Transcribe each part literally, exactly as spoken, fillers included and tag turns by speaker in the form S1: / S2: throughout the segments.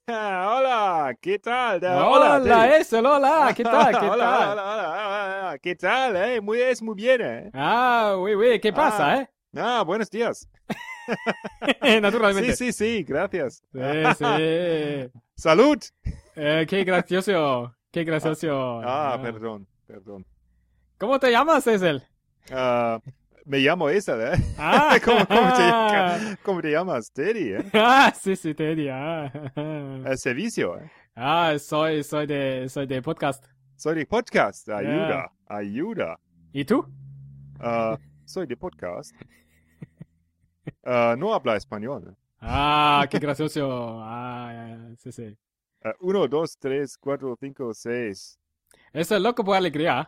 S1: Hola, ¿qué tal? Hola,
S2: Hola, eso, hola, ¿qué tal? ¿Qué
S1: hola,
S2: tal?
S1: hola, hola, hola, ¿qué tal? Eh? Muy, es muy bien, ¿eh?
S2: Ah, uy, uy, ¿qué
S1: Ah,
S2: pasa, eh?
S1: ah, buenos días. Sí,
S2: Naturalmente.
S1: sí, sí, gracias.
S2: Sí, sí.
S1: Salud.
S2: Eh, qué gracioso, qué
S1: Ah,
S2: gracioso.
S1: ah,
S2: Ah.
S1: perdón, perdón.
S2: ¿Cómo te llamas, Cecil?
S1: Ah, me llamo esa, ¿eh? ¿Cómo, cómo te,
S2: Ah,
S1: cómo te llamas? Teddy, ¿eh?
S2: ah, sí, sí, te diría. Ah,
S1: El servicio, ¿eh?
S2: Ah, soy, soy de, soy de Podcast.
S1: Soy de podcast.
S2: Ja.
S1: Ayuda, ayuda.
S2: ¿Y tú?
S1: Ah, soy de podcast. Ah, no habla español.
S2: Ah, qué gracioso. Ah, ja, ja, sí, sí.
S1: Ah, uno, dos, tres, cuatro, cinco, seis.
S2: Eso es loco por alegría.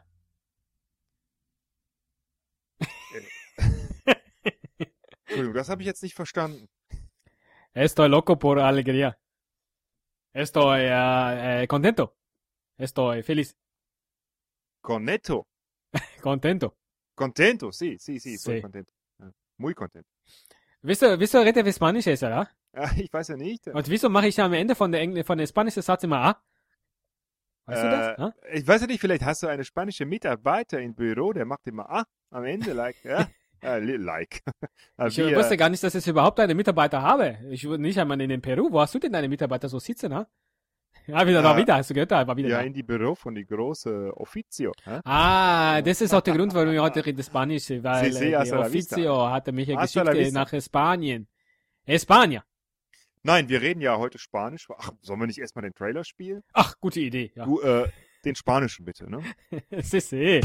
S1: Äh, Entschuldigung, das habe ich jetzt nicht verstanden.
S2: Estoy loco por alegría. Estoy ah, eh, contento. Estoy feliz.
S1: Cornetto.
S2: Contento.
S1: Contento, sí, sí, sí, soy
S2: Sí.
S1: contento. Ja, muy contento.
S2: Wieso, wieso redet ihr Spanisch jetzt, oder?
S1: Ah, ich weiß ja nicht.
S2: Und wieso mache ich am Ende von der, Engl von der spanischen Satz immer A? Weißt du das?
S1: Äh,
S2: Ja?
S1: ich weiß ja nicht, vielleicht hast du eine spanische Mitarbeiter im Büro, der macht immer ah am Ende, like, ja, äh, li- like. Ah,
S2: Ich
S1: wie,
S2: äh,
S1: äh,
S2: wusste gar nicht, dass ich überhaupt eine Mitarbeiter habe. Ich wurde nicht einmal in den Peru. Wo hast du denn deine Mitarbeiter so sitzen, ha? Ja, wieder, war
S1: äh,
S2: wieder, hast du gehört, da war wieder
S1: ja,
S2: da.
S1: in die Büro von die große Officio. Hä?
S2: Ah, das ist auch der Grund, warum ich heute rede Spanisch, weil
S1: Sí, sí,
S2: äh,
S1: hasta
S2: der
S1: la vista.
S2: Officio hatte mich ja
S1: Hasta la
S2: geschickt äh,
S1: vista.
S2: nach Spanien. España.
S1: Nein, wir reden ja heute Spanisch. Ach, sollen wir nicht erstmal den Trailer spielen?
S2: Ach, gute Idee, ja.
S1: Du, äh, den Spanischen bitte, ne?
S2: sí, sí.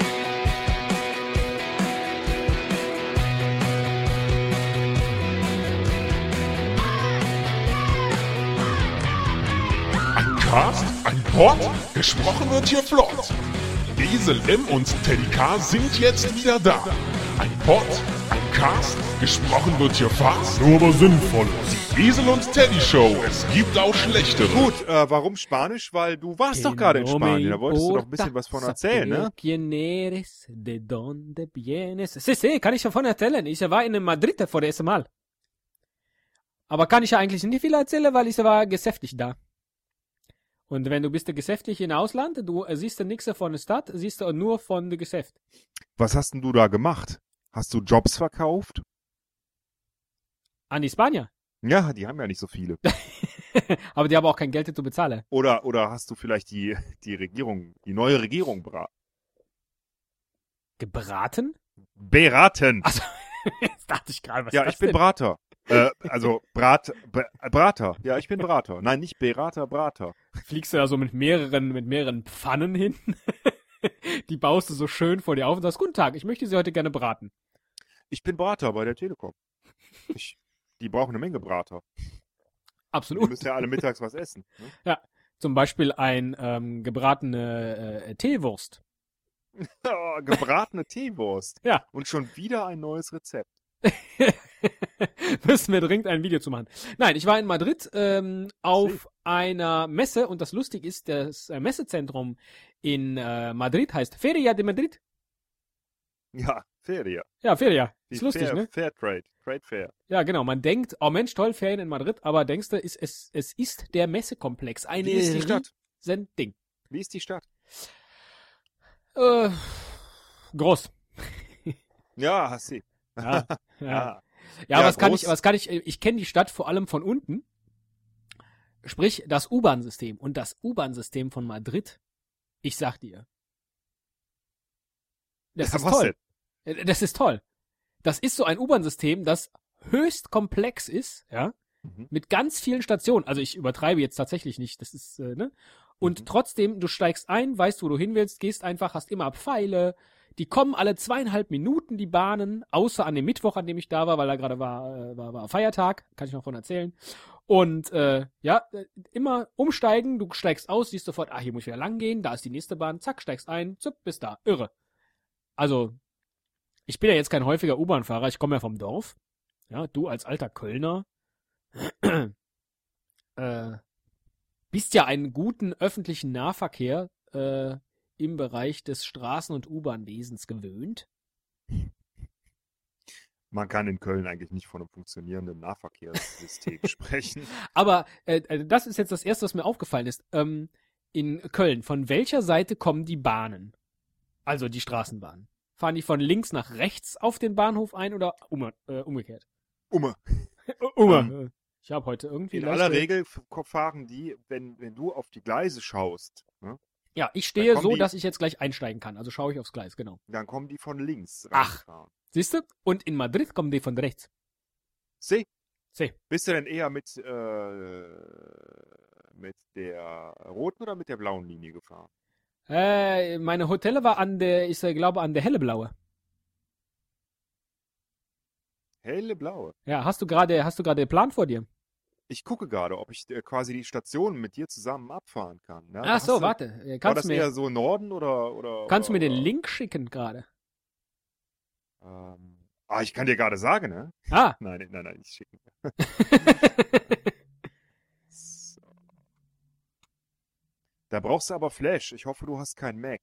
S3: Ein Cast, ein Pod, gesprochen wird hier flott. Esel M und Teddy K sind jetzt wieder da. Ein Pod, ein Cast, gesprochen wird hier fast, nur aber sinnvoll. Die Esel und Teddy Show, es gibt auch schlechtere.
S1: Gut, äh, warum Spanisch? Weil du warst doch gerade in
S2: Que no me
S1: Spanien. Da wolltest du doch ein bisschen
S2: importa
S1: was von erzählen,
S2: saber
S1: ne?
S2: quién eres, de dónde vienes. Sí, sí, kann ich davon erzählen. Ich war in Madrid vor der ersten Mal. Aber kann ich ja eigentlich nicht viel erzählen, weil ich war geschäftlich da. Und wenn du bist geschäftlich im Ausland, du siehst nichts von der Stadt, siehst du nur von dem Geschäft.
S1: Was hast denn du da gemacht? Hast du Jobs verkauft?
S2: An die Spanier.
S1: Ja, die haben ja nicht so viele.
S2: Aber die haben auch kein Geld zu bezahlen.
S1: Oder, oder hast du vielleicht die, die Regierung, die neue Regierung bera
S2: Gebraten?
S1: beraten?
S2: Achso, jetzt dachte ich gerade, was
S1: Ja,
S2: ist das
S1: ich bin
S2: denn?
S1: Brater. Äh, also Brat, Br Brater. Ja, ich bin Brater. Nein, nicht Berater, Brater.
S2: Fliegst du da so mit mehreren, mit mehreren Pfannen hin? Die baust du so schön vor dir auf und sagst, guten Tag, ich möchte Sie heute gerne braten.
S1: Ich bin Brater bei der Telekom. Ich, die brauchen eine Menge Brater. Die
S2: Absolut.
S1: müssen ja alle mittags was essen. Ne?
S2: Ja, zum Beispiel ein ähm, gebratene äh, Teewurst.
S1: Oh, gebratene Teewurst.
S2: Ja.
S1: Und schon wieder ein neues Rezept.
S2: Müssen wir dringend ein Video zu machen. Nein, ich war in Madrid ähm, auf einer Messe und das Lustige ist, das äh, Messezentrum in äh, Madrid heißt Feria de Madrid.
S1: Ja, Feria.
S2: Ja, Feria.
S1: Die
S2: Ist lustig,
S1: Fair,
S2: ne?
S1: Fair Trade. Trade Fair.
S2: Ja, genau. Man denkt, oh Mensch, toll, Ferien in Madrid, aber denkst du, es, es, es ist der Messekomplex. Eine
S1: Wie ist die Stadt?
S2: riesen Ding.
S1: Wie ist die Stadt?
S2: Äh, groß.
S1: Ja, hast sie.
S2: Ja, ja.
S1: Ja.
S2: Ja,
S1: Ja,
S2: was kann
S1: groß.
S2: ich, was kann ich, ich kenne die Stadt vor allem von unten. Sprich, das U-Bahn-System. Und das U-Bahn-System von Madrid, ich sag dir. Das
S1: Ja,
S2: ist
S1: was
S2: toll. Äh, Das ist toll. Das ist so ein U-Bahn-System, das höchst komplex ist, ja,
S1: Mhm.
S2: mit ganz vielen Stationen. Also ich übertreibe jetzt tatsächlich nicht, das ist, äh, ne? Und
S1: Mhm.
S2: trotzdem, du steigst ein, weißt, wo du hin willst, gehst einfach, hast immer Pfeile, die kommen alle zweieinhalb Minuten, die Bahnen, außer an dem Mittwoch, an dem ich da war, weil da gerade war, äh, war, war Feiertag, kann ich noch von erzählen. Und äh, ja, äh, immer umsteigen, du steigst aus, siehst sofort, ah, hier muss ich wieder lang gehen, da ist die nächste Bahn, zack, steigst ein, zup, bis da. Irre. Also, ich bin ja jetzt kein häufiger U-Bahn-Fahrer, ich komme ja vom Dorf. Ja, du als alter Kölner äh, bist ja einen guten öffentlichen Nahverkehr äh, im Bereich des Straßen- und U-Bahn-Wesens gewöhnt.
S1: Man kann in Köln eigentlich nicht von einem funktionierenden Nahverkehrssystem sprechen.
S2: Aber äh, äh, das ist jetzt das Erste, was mir aufgefallen ist. Ähm, in Köln, von welcher Seite kommen die Bahnen? Also die Straßenbahnen. Fahren die von links nach rechts auf den Bahnhof ein oder um, äh, umgekehrt?
S1: Umme.
S2: Umme.
S1: Ähm,
S2: Ich habe heute irgendwie...
S1: In
S2: leichte-
S1: aller Regel f- fahren die, wenn, wenn du auf die Gleise schaust, ne,
S2: Ja, ich stehe
S1: kommen
S2: so,
S1: die-
S2: dass ich jetzt gleich einsteigen kann. Also schaue ich aufs Gleis, genau.
S1: dann kommen die von links
S2: Ach.
S1: reingefahren.
S2: Siehst du? Und in Madrid kommen die von rechts.
S1: See,
S2: See.
S1: bist du denn eher mit, äh, mit der roten oder mit der blauen Linie gefahren?
S2: Äh, meine Hotelle war an der, ich äh, glaube, an der helleblaue.
S1: Helle blaue.
S2: Ja, hast du gerade, hast du gerade den Plan vor dir?
S1: Ich gucke gerade, ob ich äh, quasi die Stationen mit dir zusammen abfahren kann. Ne?
S2: Ach
S1: Hast
S2: so,
S1: du,
S2: warte. Äh,
S1: War
S2: Kannst
S1: das
S2: du mir,
S1: eher so Norden oder... oder
S2: kannst du mir den
S1: oder,
S2: Link schicken gerade?
S1: Ähm, ah, ich kann dir gerade sagen, ne?
S2: Ah.
S1: Nein, nein, nein, ich schicke. So. Da brauchst du aber Flash. Ich hoffe, du hast kein Mac.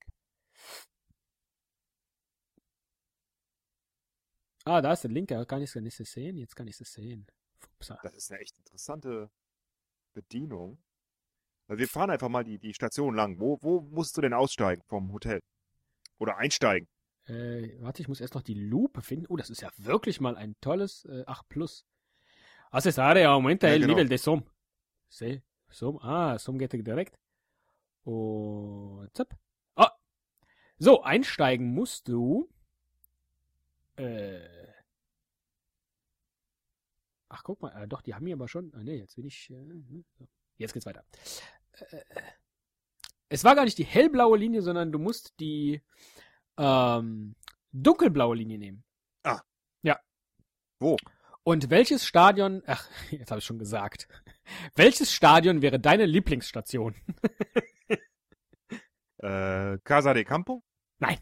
S2: ah, da ist der Link. Ja, kann ich es nicht sehen? Jetzt kann ich es sehen. Upsa.
S1: Das ist eine echt interessante Bedienung. Weil wir fahren einfach mal die, die Station lang. Wo, wo musst du denn aussteigen vom Hotel? Oder einsteigen?
S2: Äh, warte, ich muss erst noch die Lupe finden. Oh, das ist ja wirklich mal ein tolles äh, acht Plus. Accesare aumenta
S1: Ja,
S2: el
S1: genau.
S2: nivel de Som. Se, Som, ah, Som geht direkt. Und zapp. Ah. So, einsteigen musst du. Äh. Ach, guck mal, äh, doch, die haben hier aber schon. Ah, nee, jetzt bin ich. Äh, so. Jetzt geht's weiter. Äh, es war gar nicht die hellblaue Linie, sondern du musst die ähm, dunkelblaue Linie nehmen.
S1: Ah.
S2: Ja.
S1: Wo?
S2: Und welches Stadion, ach, jetzt habe ich schon gesagt. Welches Stadion wäre deine Lieblingsstation?
S1: Äh, Casa de Campo?
S2: Nein.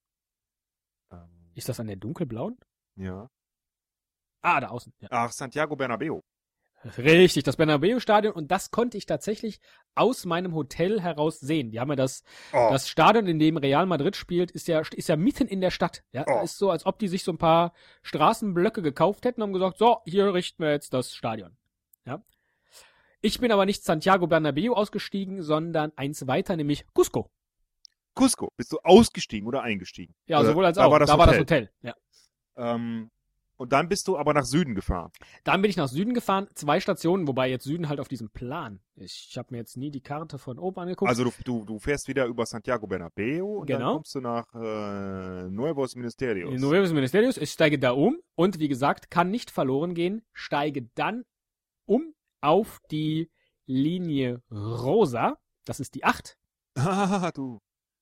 S1: Ähm,
S2: Ist das an der dunkelblauen?
S1: ja.
S2: Ah, da außen. Ja.
S1: Ach, Santiago Bernabeu.
S2: Richtig, das Bernabeu-Stadion. Und das konnte ich tatsächlich aus meinem Hotel heraus sehen. Die haben ja das,
S1: Oh,
S2: das Stadion, in dem Real Madrid spielt, ist ja, ist ja mitten in der Stadt. Ja,
S1: Oh.
S2: da ist so, als ob die sich so ein paar Straßenblöcke gekauft hätten und haben gesagt, so, hier richten wir jetzt das Stadion. Ja. Ich bin aber nicht Santiago Bernabeu ausgestiegen, sondern eins weiter, nämlich Cusco.
S1: Cusco. Bist du ausgestiegen oder eingestiegen?
S2: Ja,
S1: Oder-
S2: sowohl als
S1: da
S2: auch.
S1: War das
S2: da
S1: Hotel.
S2: war das Hotel. Ja.
S1: Ähm, und dann bist du aber nach Süden gefahren.
S2: Dann bin ich nach Süden gefahren, zwei Stationen, wobei jetzt Süden halt auf diesem Plan. Ich, ich habe mir jetzt nie die Karte von oben angeguckt.
S1: Also du, du, du fährst wieder über Santiago Bernabeu und
S2: Genau.
S1: dann kommst du nach äh, Nuevos Ministerios.
S2: Nuevos Ministerios, ich steige da um und wie gesagt, kann nicht verloren gehen, steige dann um auf die Linie Rosa, das ist die acht.
S1: Ah, du.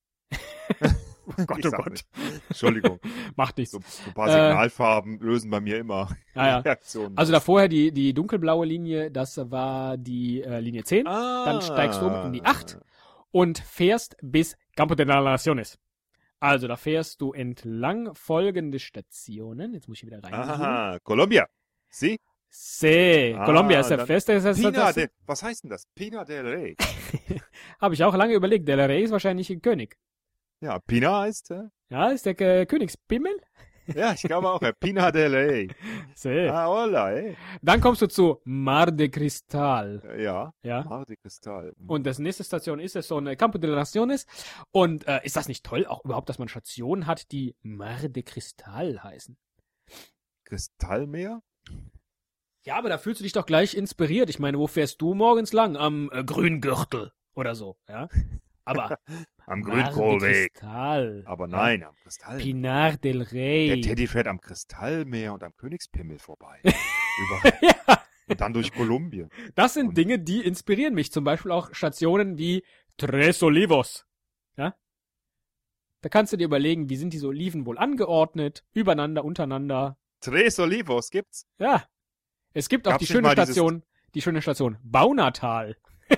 S2: Oh Gott,
S1: Ich
S2: oh
S1: sag
S2: Gott.
S1: nicht. Entschuldigung.
S2: Macht nichts.
S1: So, so ein paar
S2: Äh,
S1: Signalfarben lösen bei mir immer
S2: Ah, ja.
S1: Reaktionen.
S2: Also da vorher die, die dunkelblaue Linie, das war die äh, Linie zehn
S1: ah.
S2: dann steigst du um in die acht. und fährst bis Campo de las Naciones. Also da fährst du entlang folgende Stationen. Jetzt muss ich wieder rein.
S1: Aha, Colombia. Sie?
S2: Sí,
S1: Ah,
S2: Colombia ist der
S1: dann-
S2: Feste. Das, das,
S1: Pina
S2: das,
S1: del, was heißt denn das? Pina del Rey.
S2: habe ich auch lange überlegt. Del Rey ist wahrscheinlich ein König.
S1: Ja, Pina heißt, äh,
S2: Ja, ist der äh, Königspimmel?
S1: ja, ich glaube auch, äh, Pina del Rey.
S2: Sí.
S1: Ah, hola, ey.
S2: Dann kommst du zu Mar de Cristal.
S1: Äh, Ja,
S2: Ja.
S1: Mar de Cristal.
S2: Und das nächste Station ist es so eine Campo de las Naciones. Und äh, ist das nicht toll, auch überhaupt, dass man Stationen hat, die Mar de Cristal heißen?
S1: Kristallmeer?
S2: Ja, aber da fühlst du dich doch gleich inspiriert. Ich meine, wo fährst du morgens lang? Am äh, Grüngürtel oder so, ja? Aber
S1: Am
S2: Mar de
S1: Grünkohlweg.
S2: Cristal.
S1: Aber nein, am Kristall.
S2: Pinar del
S1: Der
S2: Rey.
S1: Teddy fährt am Kristallmeer und am Königspimmel vorbei. Über,
S2: Ja,
S1: und dann durch Kolumbien.
S2: das sind
S1: Und-
S2: Dinge, die inspirieren mich. Zum Beispiel auch Stationen wie Tres Olivos. Ja? Da kannst du dir überlegen, wie sind diese Oliven wohl angeordnet, übereinander, untereinander.
S1: Tres Olivos gibt's?
S2: Ja. Es gibt auch
S1: Gab's
S2: die
S1: nicht
S2: schöne
S1: mal dieses-
S2: Station, die schöne Station Baunatal.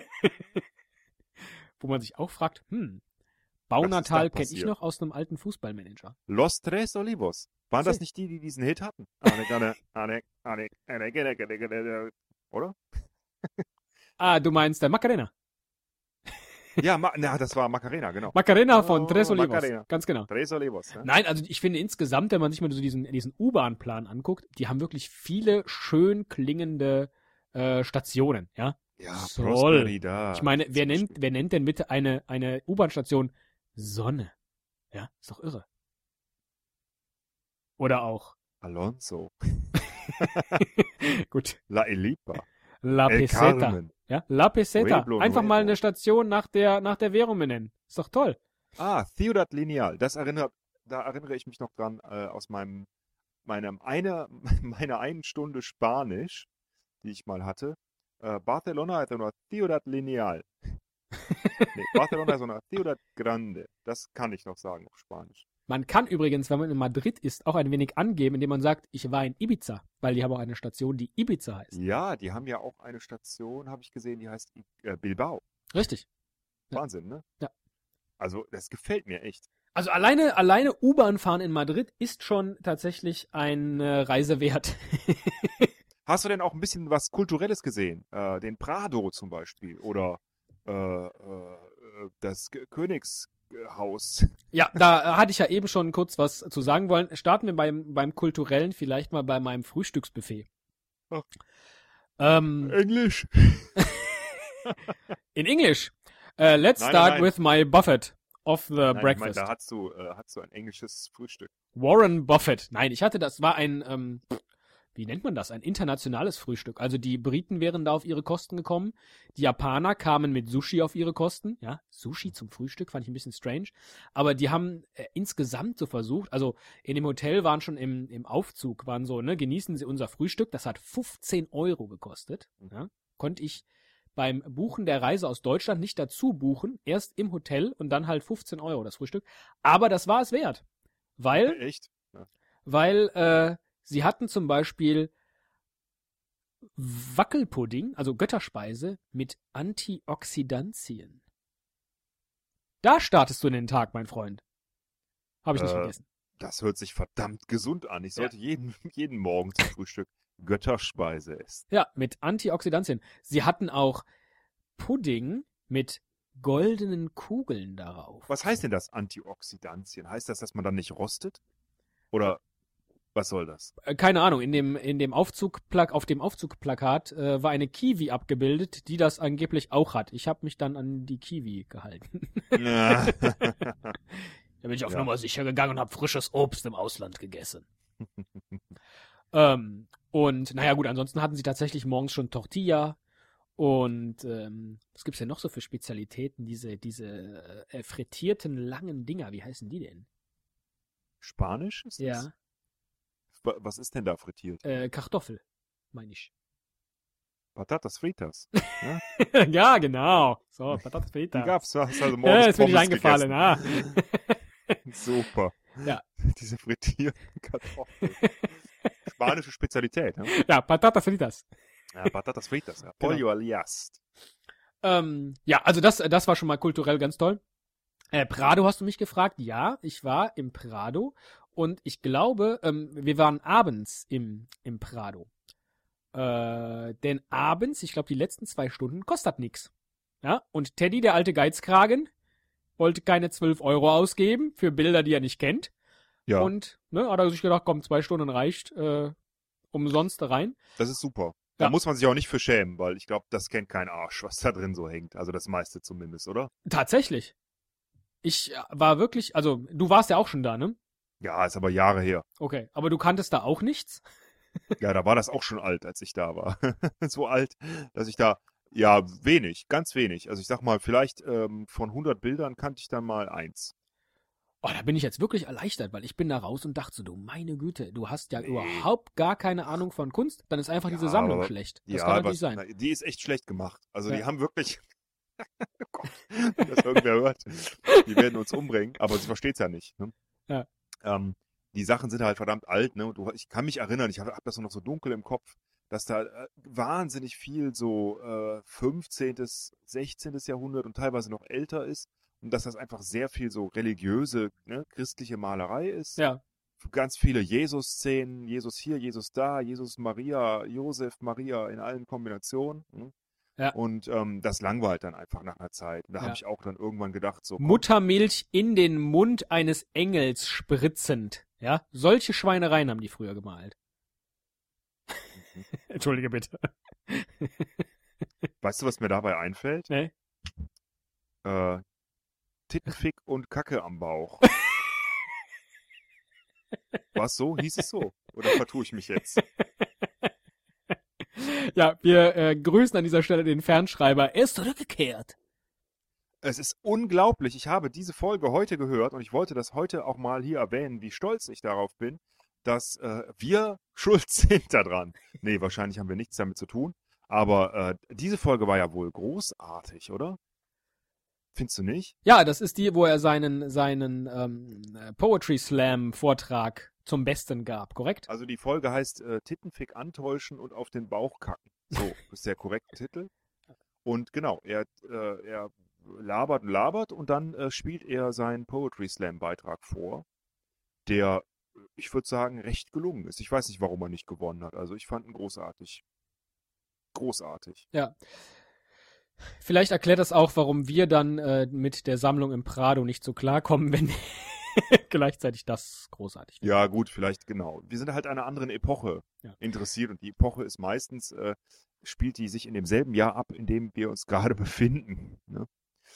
S2: Wo man sich auch fragt, hm, Baunatal
S1: da
S2: kenne ich
S1: passiert?
S2: noch aus einem alten Fußballmanager.
S1: Los Tres Olivos. Waren das
S2: Sí.
S1: nicht die, die diesen Hit hatten? Ane, ane, ane, ane, ane, ane, ane, ane, Oder?
S2: Ah, du meinst der Macarena.
S1: Ja, Ma na, das war Macarena, genau.
S2: Macarena von
S1: Oh,
S2: Tres Olivos.
S1: Macarena.
S2: Ganz genau.
S1: Tres Olivos, ne?
S2: Nein, also ich finde insgesamt, wenn man sich mal so diesen, diesen U-Bahn-Plan anguckt, die haben wirklich viele schön klingende äh, Stationen, ja.
S1: Ja,
S2: Soll.
S1: Prosperidad.
S2: Ich meine, wer
S1: zum
S2: nennt,
S1: Beispiel.
S2: wer nennt denn bitte eine, eine U-Bahn-Station Sonne? Ja, ist doch irre. Oder auch,
S1: Alonso.
S2: gut,
S1: La Elipa.
S2: La
S1: El
S2: Peseta.
S1: Carmen.
S2: Ja, La Peseta.
S1: Pueblo
S2: Einfach mal
S1: Nuevo.
S2: eine Station nach der, nach der Währung benennen. Ist doch toll.
S1: Ah, Ciudad Lineal. Das erinnert, da erinnere ich mich noch dran äh, aus meinem, meinem eine, meiner einen Stunde Spanisch, die ich mal hatte. Äh, Barcelona es una Ciudad Lineal. Nee, Barcelona es una Ciudad Grande. Das kann ich noch sagen auf Spanisch.
S2: Man kann übrigens, wenn man in Madrid ist, auch ein wenig angeben, indem man sagt, ich war in Ibiza, weil die haben auch eine Station, die Ibiza heißt.
S1: Ja, die haben ja auch eine Station, habe ich gesehen, die heißt äh, Bilbao.
S2: Richtig. Ja.
S1: Wahnsinn, ne?
S2: Ja.
S1: Also, das gefällt mir echt.
S2: Also alleine, alleine U-Bahn fahren in Madrid ist schon tatsächlich eine Reise wert.
S1: Hast du denn auch ein bisschen was Kulturelles gesehen? Äh, den Prado zum Beispiel oder äh, äh, das K- Königshaus.
S2: Ja, da hatte ich ja eben schon kurz was zu sagen wollen. Starten wir beim, beim Kulturellen vielleicht mal bei meinem Frühstücksbuffet.
S1: Ach.
S2: Ähm,
S1: Englisch.
S2: in English. Uh, let's
S1: Nein,
S2: start
S1: nein, nein.
S2: with my Buffett of the
S1: Nein, ich meine,
S2: breakfast.
S1: da hast du, äh, hast du ein englisches Frühstück.
S2: Warren Buffett. Nein, ich hatte, das war ein, ähm, wie nennt man das? Ein internationales Frühstück. Also die Briten wären da auf ihre Kosten gekommen. Die Japaner kamen mit Sushi auf ihre Kosten. Ja, Sushi zum Frühstück fand ich ein bisschen strange. Aber die haben äh, insgesamt so versucht, also in dem Hotel waren schon im, im Aufzug, waren so, ne, genießen Sie unser Frühstück. Das hat fünfzehn Euro gekostet. Ja, konnte ich beim Buchen der Reise aus Deutschland nicht dazu buchen. Erst im Hotel und dann halt fünfzehn Euro das Frühstück. Aber das war es wert. Weil
S1: Echt? Ja.
S2: weil äh, sie hatten zum Beispiel Wackelpudding, also Götterspeise, mit Antioxidantien. Da startest du in den Tag, mein Freund. Habe ich nicht
S1: Äh,
S2: vergessen.
S1: Das hört sich verdammt gesund an. Ich sollte jeden, jeden Morgen zum Frühstück Götterspeise essen.
S2: Ja, mit Antioxidantien. Sie hatten auch Pudding mit goldenen Kugeln darauf.
S1: Was heißt denn das Antioxidantien? Heißt das, dass man dann nicht rostet? Oder was soll das?
S2: Äh, Keine Ahnung, in dem, in dem Aufzugplak, auf dem Aufzugplakat äh, war eine Kiwi abgebildet, die das angeblich auch hat. Ich habe mich dann an die Kiwi gehalten.
S1: Ja.
S2: Da bin ich auf
S1: Ja.
S2: Nummer sicher gegangen und habe frisches Obst im Ausland gegessen. ähm, und naja gut, ansonsten hatten sie tatsächlich morgens schon Tortilla und ähm, was gibt's denn noch so für Spezialitäten? Diese, diese äh, frittierten langen Dinger, wie heißen die denn?
S1: Spanisch ist das?
S2: Ja,
S1: Wa- Was ist denn da frittiert?
S2: äh, Kartoffel, meine ich.
S1: Patatas fritas.
S2: Ja, genau. So, Patatas
S1: Die
S2: fritas.
S1: gab's, hast also
S2: Ja,
S1: morgens
S2: ist mir nicht
S1: Pommes
S2: eingefallen. Ah.
S1: gegessen. Super.
S2: Ja.
S1: Diese frittierten Kartoffeln. Spanische Spezialität, ne?
S2: Ja, Patatas fritas.
S1: Ja, Patatas fritas. Ja.
S2: Genau.
S1: Pollo al Llast.
S2: Ähm, ja, also das, das war schon mal kulturell ganz toll. Äh, Prado hast du mich gefragt. Ja, ich war im Prado und ich glaube, ähm, wir waren abends im, im Prado. Äh, denn abends, ich glaube, die letzten zwei Stunden kostet nix. Ja, und Teddy, der alte Geizkragen, wollte keine zwölf Euro ausgeben für Bilder, die er nicht kennt.
S1: Ja,
S2: Und, ne, hat er sich gedacht, komm, zwei Stunden reicht, äh, umsonst rein.
S1: das ist super. Da
S2: Ja.
S1: muss man sich auch nicht für schämen, weil ich glaube, das kennt kein Arsch, was da drin so hängt. Also das meiste zumindest, oder?
S2: Tatsächlich. Ich äh, war wirklich, also, du warst ja auch schon da, ne?
S1: Ja, ist aber Jahre her.
S2: Okay, aber du kanntest da auch nichts?
S1: Ja, da war das auch schon alt, als ich da war. So alt, dass ich da, ja, wenig, ganz wenig. Also ich sag mal, vielleicht ähm, von hundert Bildern kannte ich dann mal eins.
S2: Oh, da bin ich jetzt wirklich erleichtert, weil ich bin da raus und dachte so, du meine Güte, du hast ja
S1: Nee.
S2: überhaupt gar keine Ahnung von Kunst, dann ist einfach diese
S1: Ja,
S2: Sammlung
S1: aber-
S2: schlecht. Das
S1: Ja,
S2: kann doch
S1: was,
S2: nicht sein.
S1: na, die ist echt schlecht gemacht. Also
S2: Ja.
S1: die haben wirklich, oh Gott, wenn das irgendwer hört, die werden uns umbringen, aber sie versteht's ja nicht. Ne?
S2: Ja.
S1: Ähm, die Sachen sind halt verdammt alt. Ne? Und du, ich kann mich erinnern, ich habe hab das noch so dunkel im Kopf, dass da äh, wahnsinnig viel so äh, fünfzehntes., sechzehntes. Jahrhundert und teilweise noch älter ist. Und dass das einfach sehr viel so religiöse, ne, christliche Malerei ist.
S2: Ja,
S1: Ganz viele Jesus-Szenen, Jesus hier, Jesus da, Jesus, Maria, Josef, Maria in allen Kombinationen. Ne?
S2: Ja.
S1: Und ähm, das langweilt dann einfach nach einer Zeit. Und da
S2: Ja.
S1: habe ich auch dann irgendwann gedacht, so komm,
S2: Muttermilch in den Mund eines Engels spritzend. Ja, solche Schweinereien haben die früher gemalt. Entschuldige bitte.
S1: weißt du, was mir dabei einfällt?
S2: Nee?
S1: Äh, Tittenfick und Kacke am Bauch. Was so? Hieß es so? Oder vertue ich mich jetzt?
S2: Ja, wir äh, grüßen an dieser Stelle den Fernschreiber. Er ist zurückgekehrt.
S1: Es ist unglaublich. Ich habe diese Folge heute gehört und ich wollte das heute auch mal hier erwähnen, wie stolz ich darauf bin, dass äh, wir schuld sind daran. Nee, wahrscheinlich haben wir nichts damit zu tun. Aber äh, diese Folge war ja wohl großartig, oder? Findest du nicht?
S2: Ja, das ist die, wo er seinen, seinen ähm, Poetry Slam Vortrag zum Besten gab, korrekt?
S1: Also die Folge heißt äh, Tittenfick antäuschen und auf den Bauch kacken. So, ist der korrekte Titel. Und genau, er, äh, er labert und labert und dann äh, spielt er seinen Poetry Slam Beitrag vor, der, ich würde sagen, recht gelungen ist. Ich weiß nicht, warum er nicht gewonnen hat. Also ich fand ihn großartig. Großartig.
S2: Ja. Vielleicht erklärt das auch, warum wir dann äh, mit der Sammlung im Prado nicht so klarkommen, wenn gleichzeitig das großartig wird.
S1: Ja, gut, vielleicht genau. Wir sind halt einer anderen Epoche
S2: Ja.
S1: interessiert und die Epoche ist meistens, äh, spielt die sich in demselben Jahr ab, in dem wir uns gerade befinden. Ne?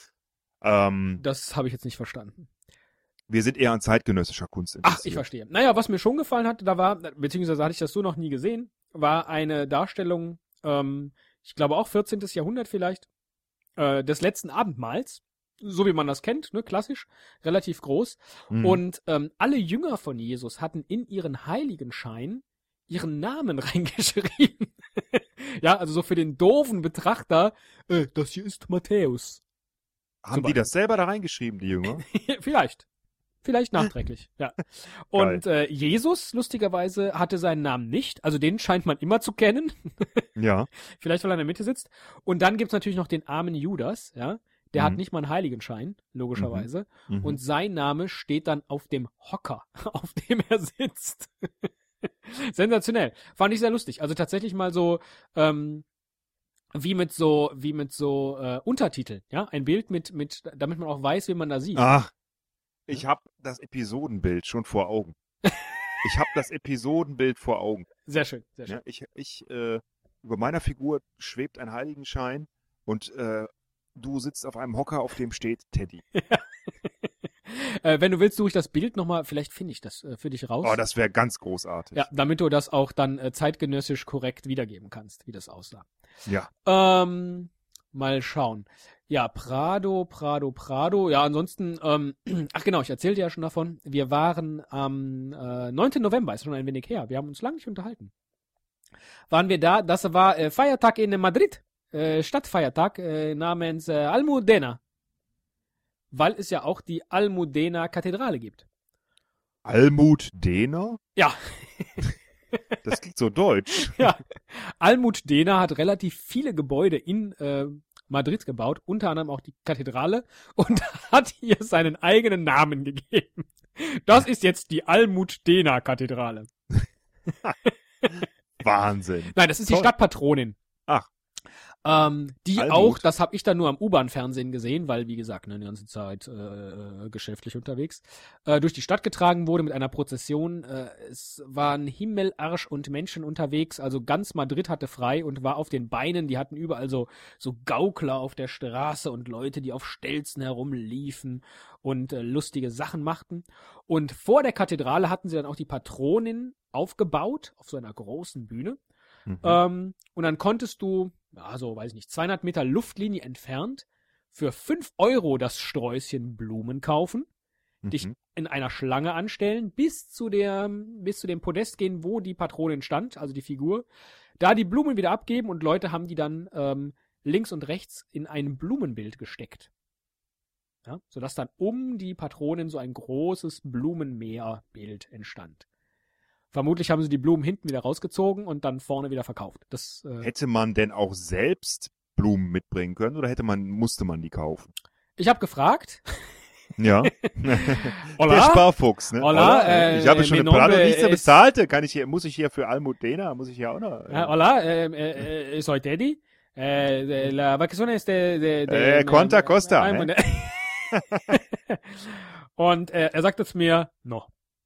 S1: Ähm,
S2: Das habe ich jetzt nicht verstanden.
S1: wir sind eher an zeitgenössischer Kunst
S2: Ach,
S1: interessiert.
S2: ich verstehe. Naja, was mir schon gefallen hat, da war, beziehungsweise hatte ich das so noch nie gesehen, war eine Darstellung, ähm, ich glaube auch vierzehnten Jahrhundert vielleicht, äh, des letzten Abendmahls, so wie man das kennt, ne, klassisch, relativ groß.
S1: Mhm.
S2: Und ähm, alle Jünger von Jesus hatten in ihren Heiligenschein ihren Namen reingeschrieben. Ja, also so für den doofen Betrachter, äh, das hier ist Matthäus.
S1: Haben die das selber da reingeschrieben, die Jünger?
S2: Vielleicht. Vielleicht nachträglich, ja. Und äh, Jesus, lustigerweise, hatte seinen Namen nicht. Also den scheint man immer zu kennen.
S1: Ja.
S2: Vielleicht, weil er in der Mitte sitzt. Und dann gibt's natürlich noch den armen Judas, ja. Der
S1: Mhm.
S2: hat nicht mal einen Heiligenschein, logischerweise.
S1: Mhm.
S2: Und sein Name steht dann auf dem Hocker, auf dem er sitzt. Sensationell. Fand ich sehr lustig. Also tatsächlich mal so, ähm, wie mit so, wie mit so äh, Untertiteln, ja. Ein Bild mit, mit, damit man auch weiß, wie man da sieht.
S1: Ach, ich habe das Episodenbild schon vor Augen. Ich habe das Episodenbild vor Augen.
S2: Sehr schön, sehr schön.
S1: Ja, ich, ich, äh, über meiner Figur schwebt ein Heiligenschein und äh, du sitzt auf einem Hocker, auf dem steht Teddy.
S2: äh, wenn du willst, suche ich das Bild nochmal, vielleicht finde ich das äh, für dich raus.
S1: Oh, das wäre ganz großartig.
S2: Ja, damit du das auch dann äh, zeitgenössisch korrekt wiedergeben kannst, wie das aussah.
S1: Ja.
S2: Ähm, mal schauen. Ja, Prado, Prado, Prado. Ja, ansonsten, ähm, ach genau, ich erzählte ja schon davon. Wir waren am äh, neunten November, ist schon ein wenig her. Wir haben uns lange nicht unterhalten. Waren wir da, das war äh, Feiertag in Madrid, äh, Stadtfeiertag äh, namens äh, Almudena. Weil es ja auch die Almudena-Kathedrale gibt.
S1: Almudena?
S2: Ja.
S1: Das klingt so deutsch.
S2: Ja, Almudena hat relativ viele Gebäude in äh, Madrid gebaut, unter anderem auch die Kathedrale, und hat ihr seinen eigenen Namen gegeben. Das ist jetzt die Almudena-Kathedrale.
S1: Wahnsinn.
S2: Nein, das ist die
S1: Toll.
S2: Stadtpatronin.
S1: Ach.
S2: Ähm, die
S1: Almut.
S2: auch, das habe ich dann nur am U-Bahn-Fernsehen gesehen, weil, wie gesagt, ne, die ganze Zeit äh, geschäftlich unterwegs, äh, durch die Stadt getragen wurde mit einer Prozession. Äh, es waren Himmel, Arsch und Menschen unterwegs, also ganz Madrid hatte frei und war auf den Beinen. Die hatten überall so, so Gaukler auf der Straße und Leute, die auf Stelzen herumliefen und äh, lustige Sachen machten. Und vor der Kathedrale hatten sie dann auch die Patronin aufgebaut, auf so einer großen Bühne.
S1: Mhm.
S2: Ähm, und dann konntest du, ja, so, weiß ich nicht, zweihundert Meter Luftlinie entfernt für fünf Euro das Sträußchen Blumen kaufen,
S1: Mhm.
S2: dich in einer Schlange anstellen, bis zu der, bis zu dem Podest gehen, wo die Patronin stand, also die Figur, da die Blumen wieder abgeben und Leute haben die dann ähm, links und rechts in ein Blumenbild gesteckt. Ja, sodass dann um die Patronin so ein großes Blumenmeerbild entstand. Vermutlich haben sie die Blumen hinten wieder rausgezogen und dann vorne wieder verkauft. Das, äh,
S1: Hätte man denn auch selbst Blumen mitbringen können oder hätte man, musste man die kaufen?
S2: ich habe gefragt.
S1: Ja.
S2: Hola?
S1: Der Sparfuchs, ne?
S2: Hola,
S1: Hola.
S2: äh,
S1: ich habe schon
S2: mi
S1: eine Prado
S2: nombre
S1: Vista
S2: es-
S1: bezahlte. Kann ich hier, muss ich hier für Almudena, muss ich hier auch noch? Äh,
S2: Ja, hola, eh, eh, eh, soy Teddy. äh, la vacazione ist de, de, de,
S1: Äh, quanta costa,
S2: ein-
S1: ne?
S2: Und äh, er sagte zu mir, no.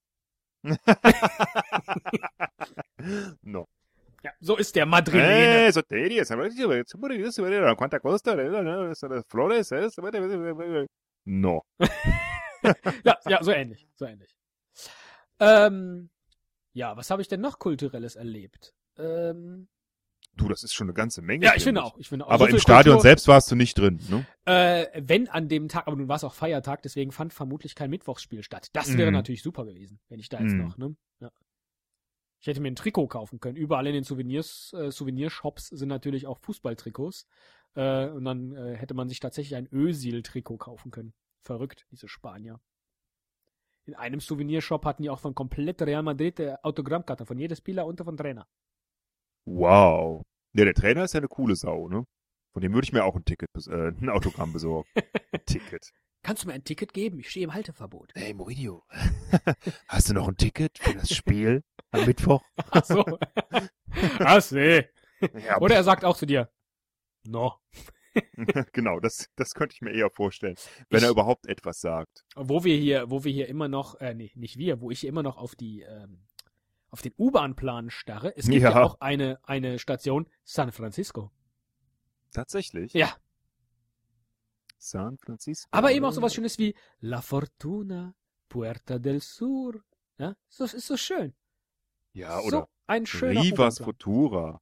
S1: No.
S2: Ja, so ist der Madrilene.
S1: Eh, Soteria, quanta costa, Flores, no.
S2: Ja, ja, so ähnlich, so ähnlich. Ähm, ja, was habe ich denn noch Kulturelles erlebt? Ähm,
S1: Du, das ist schon eine ganze Menge.
S2: ja, ich finde auch, ich finde auch.
S1: Aber
S2: So
S1: im
S2: viel
S1: Stadion
S2: Kultur,
S1: selbst warst du nicht drin, ne?
S2: Äh, wenn an dem Tag, aber nun war es auch Feiertag, deswegen fand vermutlich kein Mittwochsspiel statt. Das wäre
S1: Mhm.
S2: natürlich super gewesen, wenn ich da jetzt
S1: Mhm.
S2: noch, ne? Ja. Ich hätte mir ein Trikot kaufen können. Überall in den Souvenirs, äh, Souvenirshops sind natürlich auch Fußballtrikots. Äh, und dann äh, hätte man sich tatsächlich ein Özil-Trikot kaufen können. Verrückt, diese Spanier. In einem Souvenirshop hatten die auch von komplett Real Madrid äh, Autogrammkarten von jedem Spieler und von Trainer.
S1: Wow. Ja, der Trainer ist ja eine coole Sau, ne? Von dem würde ich mir auch ein Ticket, bes- äh, ein Autogramm besorgen. Ticket.
S2: Kannst du mir ein Ticket geben? Ich stehe im Halteverbot.
S1: Hey Mourinho, hast du noch ein Ticket für das Spiel am Mittwoch?
S2: Ach so. Ach nee.
S1: Ja,
S2: Oder er sagt auch zu dir, no.
S1: genau, das, das könnte ich mir eher vorstellen, wenn
S2: Ich-
S1: er überhaupt etwas sagt.
S2: Wo wir hier, wo wir hier immer noch, äh, nee, nicht wir, wo ich hier immer noch auf die, ähm, auf den U-Bahn-Plan starre. Es gibt ja,
S1: Ja.
S2: auch eine, eine Station San Francisco.
S1: Tatsächlich?
S2: Ja.
S1: San Francisco.
S2: Aber eben auch sowas Schönes wie La Fortuna, Puerta del Sur. Ja, das ist so schön.
S1: Ja,
S2: so
S1: oder
S2: ein schöner
S1: Rivas
S2: U-Bahn-Plan.
S1: Futura.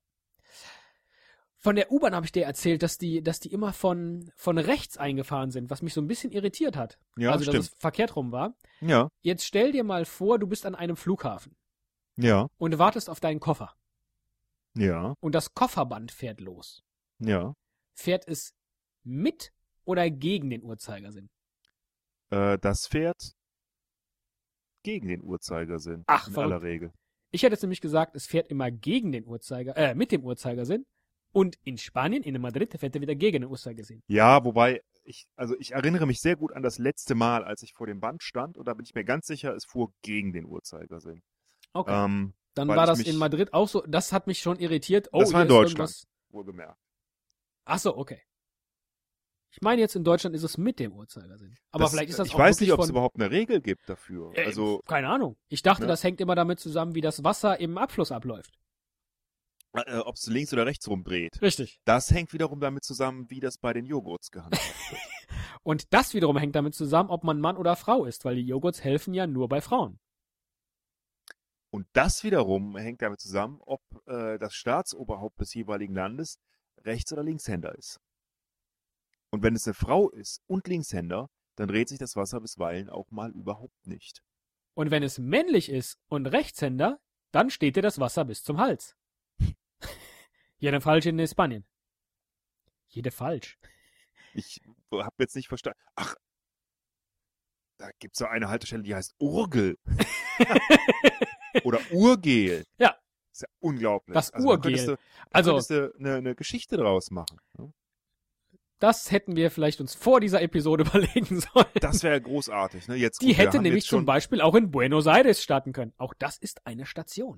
S2: Von der U-Bahn habe ich dir erzählt, dass die, dass die immer von, von rechts eingefahren sind, was mich so ein bisschen irritiert hat.
S1: Ja,
S2: also, dass
S1: stimmt.
S2: es verkehrt rum war.
S1: Ja,
S2: Jetzt stell dir mal vor, du bist an einem Flughafen
S1: ja,
S2: und wartest auf deinen Koffer.
S1: ja,
S2: Und das Kofferband fährt los.
S1: ja.
S2: Fährt es mit oder gegen den Uhrzeigersinn?
S1: Äh, das fährt gegen den Uhrzeigersinn.
S2: Ach,
S1: in
S2: verrückt.
S1: aller Regel.
S2: Ich hätte jetzt nämlich gesagt, es fährt immer gegen den Uhrzeiger, äh, mit dem Uhrzeigersinn. Und in Spanien, in Madrid, fährt er wieder gegen den Uhrzeigersinn.
S1: Ja, wobei, ich, also ich erinnere mich sehr gut an das letzte Mal, als ich vor dem Band stand, und da bin ich mir ganz sicher, es fuhr gegen den Uhrzeigersinn.
S2: Okay.
S1: Ähm,
S2: Dann
S1: weil
S2: war
S1: ich
S2: das
S1: mich-
S2: in Madrid auch so. Das hat mich schon irritiert. Oh,
S1: Das war
S2: hier
S1: in
S2: ist
S1: Deutschland.
S2: irgendwas-
S1: wohlgemerkt.
S2: Ach so, okay. Ich meine, jetzt in Deutschland ist es mit dem Uhrzeigersinn. Aber
S1: Das-
S2: vielleicht ist das
S1: ich
S2: auch
S1: weiß nicht,
S2: wirklich
S1: ob es
S2: von,
S1: überhaupt eine Regel gibt dafür.
S2: Äh,
S1: Also,
S2: keine Ahnung. Ich dachte,
S1: Ne?
S2: das hängt immer damit zusammen, wie das Wasser im Abfluss abläuft.
S1: äh, ob es links oder rechts rumdreht.
S2: Richtig.
S1: Das hängt wiederum damit zusammen, wie das bei den Joghurts gehandhabt wird.
S2: Und das wiederum hängt damit zusammen, ob man Mann oder Frau ist, weil die Joghurts helfen ja nur bei Frauen.
S1: Und das wiederum hängt damit zusammen, ob äh, das Staatsoberhaupt des jeweiligen Landes Rechts- oder Linkshänder ist. Und wenn es eine Frau ist und Linkshänder, dann dreht sich das Wasser bisweilen auch mal überhaupt nicht.
S2: Und wenn es männlich ist und Rechtshänder, dann steht dir das Wasser bis zum Hals. Jede falsch in Spanien. Jede falsch.
S1: Ich habe jetzt nicht verstanden. Ach, da gibt es so eine Haltestelle, die heißt Urgel. Oder Urgel.
S2: Ja.
S1: Ist ja unglaublich.
S2: Das
S1: Also, da könntest
S2: Urgel.
S1: du, da
S2: Also,
S1: könntest du eine, eine Geschichte draus machen. Ne?
S2: das hätten wir vielleicht uns vor dieser Episode überlegen sollen.
S1: Das wäre großartig. Ne? Jetzt,
S2: Die
S1: gut, wir
S2: hätte
S1: haben
S2: nämlich
S1: jetzt
S2: zum
S1: schon,
S2: Beispiel auch in Buenos Aires starten können. Auch das ist eine Station.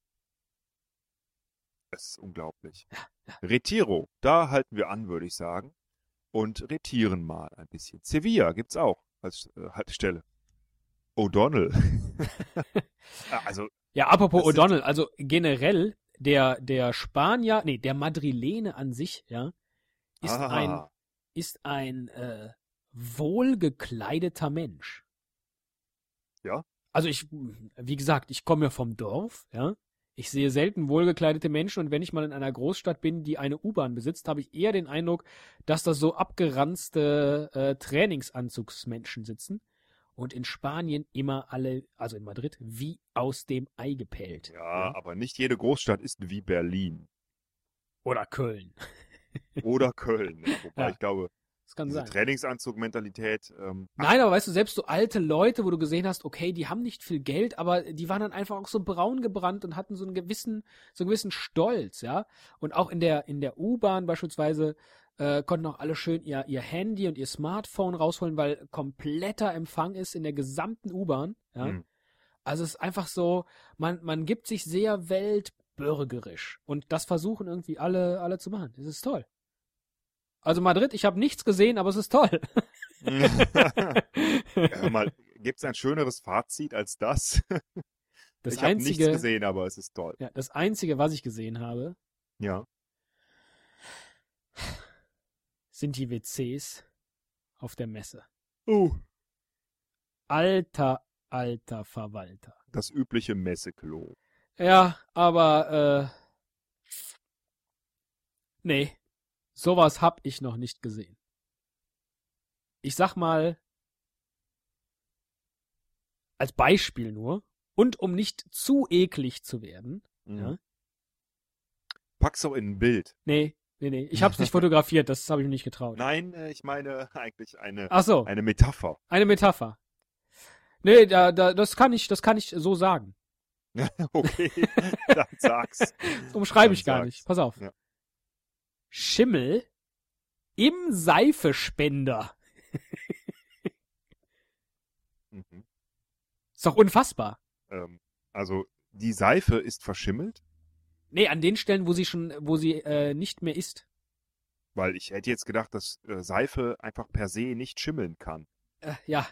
S1: Das ist unglaublich. Retiro, da halten wir an, würde ich sagen. Und retieren mal ein bisschen. Sevilla gibt's auch als äh, Haltestelle. O'Donnell. Ah, also,
S2: Ja, apropos
S1: Das ist-
S2: O'Donnell, also generell der, der Spanier, nee, der Madrilene an sich, ja, ist
S1: ah,
S2: ein, ist ein äh, wohlgekleideter Mensch.
S1: Ja?
S2: Also ich, wie gesagt, ich komme ja vom Dorf, ja. Ich sehe selten wohlgekleidete Menschen und wenn ich mal in einer Großstadt bin, die eine U-Bahn besitzt, habe ich eher den Eindruck, dass da so abgeranzte äh, Trainingsanzugsmenschen sitzen und in Spanien immer alle, also in Madrid, wie aus dem Ei gepellt.
S1: ja, aber nicht jede Großstadt ist wie Berlin.
S2: Oder Köln.
S1: Oder Köln. Ne? Wobei
S2: Ja.
S1: ich glaube,
S2: Das kann
S1: diese
S2: sein.
S1: Trainingsanzug-Mentalität, ähm,
S2: Nein, aber weißt du, selbst so alte Leute, wo du gesehen hast, okay, die haben nicht viel Geld, aber die waren dann einfach auch so braun gebrannt und hatten so einen gewissen, so einen gewissen Stolz, ja. Und auch in der, in der U-Bahn beispielsweise äh, konnten auch alle schön ihr, ihr Handy und ihr Smartphone rausholen, weil kompletter Empfang ist in der gesamten U-Bahn, ja.
S1: hm.
S2: Also es ist einfach so, man, man gibt sich sehr bürgerisch. Und das versuchen irgendwie alle, alle zu machen. Das ist toll. Also Madrid, ich habe nichts gesehen, aber es ist toll.
S1: Ja, mal, gibt's ein schöneres Fazit als das?
S2: Das
S1: ich habe nichts
S2: einzige,
S1: gesehen, aber es ist toll.
S2: ja, das einzige, was ich gesehen habe,
S1: Ja.
S2: sind die W Cs auf der Messe.
S1: Oh.
S2: Alter, alter Verwalter.
S1: Das übliche Messeklo.
S2: Ja, aber äh, nee, sowas hab ich noch nicht gesehen. Ich sag mal, als Beispiel nur, und um nicht zu eklig zu werden,
S1: Mhm.
S2: ja,
S1: Pack's doch in ein Bild.
S2: nee, nee, nee, ich hab's nicht fotografiert, das habe ich mir nicht getraut.
S1: Nein, äh, ich meine eigentlich eine,
S2: Ach so,
S1: eine Metapher.
S2: eine Metapher. Nee, da, da, das kann ich, das kann ich so sagen.
S1: Okay, dann sag's.
S2: Das umschreibe
S1: Dann
S2: ich gar
S1: sag's.
S2: nicht. Pass auf.
S1: Ja.
S2: Schimmel im Seifespender.
S1: Mhm.
S2: Ist doch unfassbar.
S1: Ähm, also die Seife ist verschimmelt,
S2: Nee, an den Stellen, wo sie schon, wo sie äh, nicht mehr ist.
S1: weil ich hätte jetzt gedacht, dass äh, Seife einfach per se nicht schimmeln kann.
S2: Äh, ja.